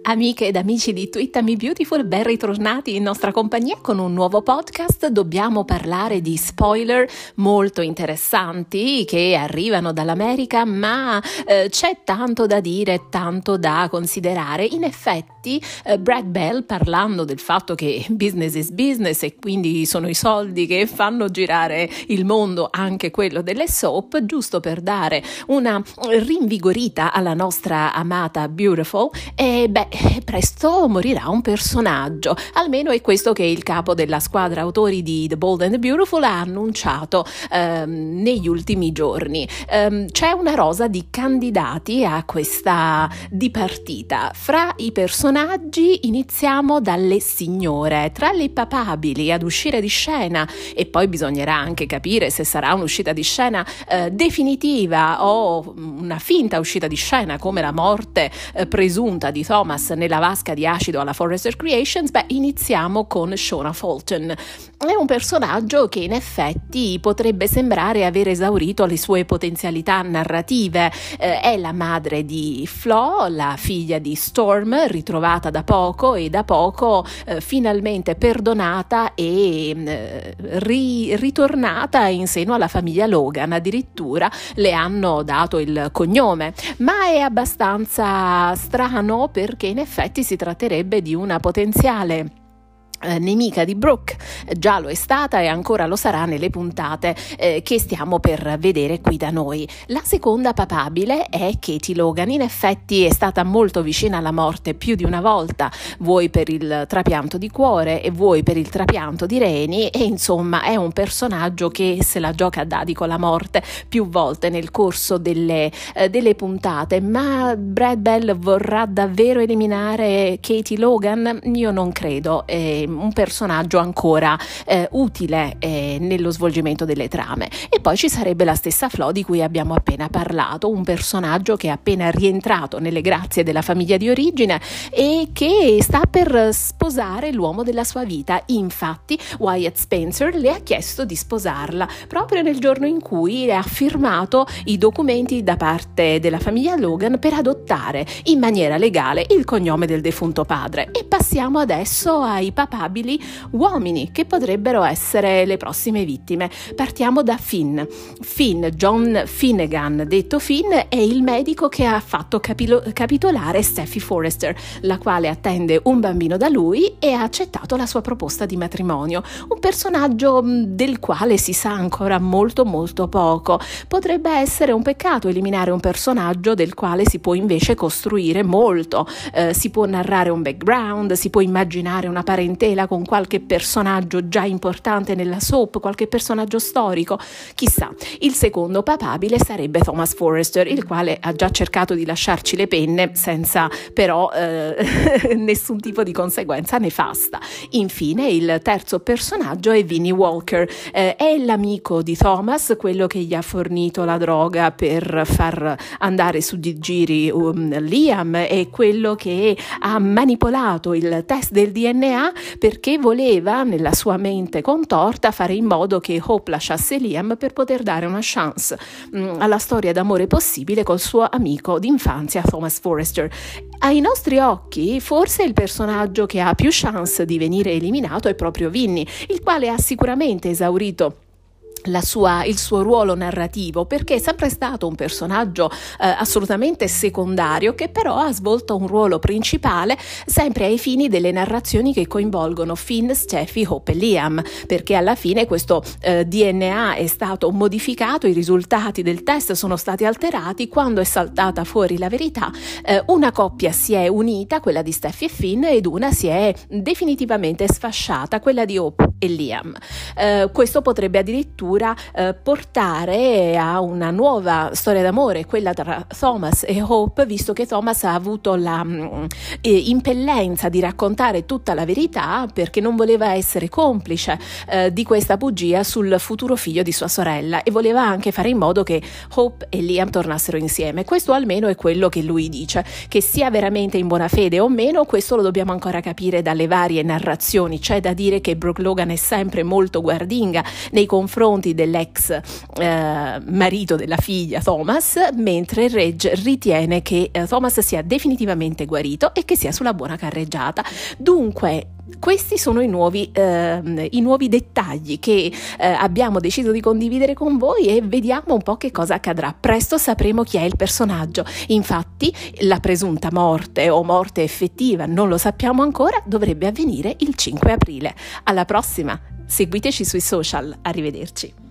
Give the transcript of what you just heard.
Amiche ed amici di Twittami Beautiful, ben ritornati in nostra compagnia con un nuovo podcast. Dobbiamo parlare di spoiler molto interessanti che arrivano dall'America, ma c'è tanto da dire, tanto da considerare. In effetti Brad Bell, parlando del fatto che business is business e quindi sono i soldi che fanno girare il mondo, anche quello delle soap, giusto per dare una rinvigorita alla nostra amata Beautiful, presto morirà un personaggio, almeno è questo che il capo della squadra autori di The Bold and the Beautiful ha annunciato negli ultimi giorni. C'è una rosa di candidati a questa dipartita. Fra i personaggi iniziamo dalle signore, tra le papabili ad uscire di scena, e poi bisognerà anche capire se sarà un'uscita di scena definitiva o una finta uscita di scena come la morte presunta di Thomas nella vasca di acido alla Forrester Creations. Iniziamo con Shauna Fulton. È un personaggio che in effetti potrebbe sembrare aver esaurito le sue potenzialità narrative. È la madre di Flo, la figlia di Storm, ritrovata da poco finalmente perdonata e ritornata in seno alla famiglia Logan. Addirittura le hanno dato il cognome, ma è abbastanza strano perché in effetti si tratterebbe di una potenziale nemica di Brooke. Già lo è stata e ancora lo sarà nelle puntate che stiamo per vedere qui da noi. La seconda papabile è Katie Logan. In effetti è stata molto vicina alla morte più di una volta, vuoi per il trapianto di cuore e vuoi per il trapianto di reni, e insomma è un personaggio che se la gioca a dadi con la morte più volte nel corso delle puntate. Ma Brad Bell vorrà davvero eliminare Katie Logan? Io non credo. Un personaggio ancora utile nello svolgimento delle trame. E poi ci sarebbe la stessa Flo di cui abbiamo appena parlato, un personaggio che è appena rientrato nelle grazie della famiglia di origine e che sta per sposare l'uomo della sua vita. Infatti Wyatt Spencer le ha chiesto di sposarla proprio nel giorno in cui ha firmato i documenti da parte della famiglia Logan per adottare in maniera legale il cognome del defunto padre. E passiamo adesso ai papabili uomini che potrebbero essere le prossime vittime. Partiamo da Finn. John Finnegan, detto Finn, è il medico che ha fatto capitolare Steffy Forrester, la quale attende un bambino da lui e ha accettato la sua proposta di matrimonio. Un personaggio del quale si sa ancora molto molto poco. Potrebbe essere un peccato eliminare un personaggio del quale si può invece costruire molto. Si può narrare un background, si può immaginare una parentela con qualche personaggio già importante nella soap, qualche personaggio storico, chissà. Il secondo papabile sarebbe Thomas Forrester, il quale ha già cercato di lasciarci le penne senza però nessun tipo di conseguenza nefasta. Infine il terzo personaggio è Vinnie Walker, è l'amico di Thomas, quello che gli ha fornito la droga per far andare su di giri Liam, è quello che ha manipolato il test del DNA perché voleva, nella sua mente contorta, fare in modo che Hope lasciasse Liam per poter dare una chance alla storia d'amore possibile col suo amico d'infanzia Thomas Forrester. Ai nostri occhi, forse il personaggio che ha più chance di venire eliminato è proprio Vinnie, il quale ha sicuramente esaurito il suo ruolo narrativo, perché è sempre stato un personaggio assolutamente secondario, che però ha svolto un ruolo principale sempre ai fini delle narrazioni che coinvolgono Finn, Steffy, Hope e Liam, perché alla fine questo DNA è stato modificato, i risultati del test sono stati alterati. Quando è saltata fuori la verità, una coppia si è unita, quella di Steffy e Finn, ed una si è definitivamente sfasciata, quella di Hope e Liam. Questo potrebbe addirittura portare a una nuova storia d'amore, quella tra Thomas e Hope, visto che Thomas ha avuto la impellenza di raccontare tutta la verità perché non voleva essere complice di questa bugia sul futuro figlio di sua sorella, e voleva anche fare in modo che Hope e Liam tornassero insieme. Questo almeno è quello che lui dice. Che sia veramente in buona fede o meno, questo lo dobbiamo ancora capire dalle varie narrazioni. C'è da dire che Brooke Logan è sempre molto guardinga nei confronti confronti dell'ex marito della figlia Thomas, mentre Reg ritiene che Thomas sia definitivamente guarito e che sia sulla buona carreggiata. Dunque, questi sono i nuovi dettagli che abbiamo deciso di condividere con voi, e vediamo un po' che cosa accadrà. Presto sapremo chi è il personaggio. Infatti, la presunta morte o morte effettiva, non lo sappiamo ancora, dovrebbe avvenire il 5 aprile. Alla prossima, seguiteci sui social, arrivederci.